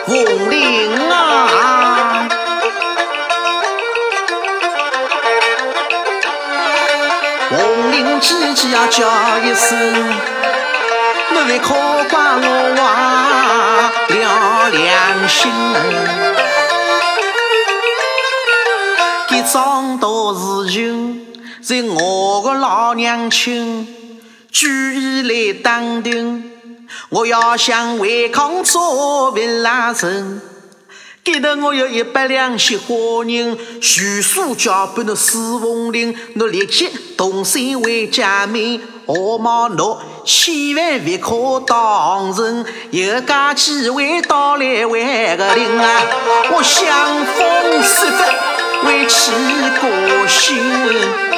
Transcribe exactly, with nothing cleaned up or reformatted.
凤岭啊，凤岭姐姐啊叫一声，你为可怪我忘了良心。给长大事情，在我的老娘亲举意来当庭，我要向违抗作为拉人。记得我有一百两雪花人，徐庶交给那四凤岭，我立即动身为家门，何毛诺千万别可当人，有家机会到来为个令啊！我相逢失分为其个心。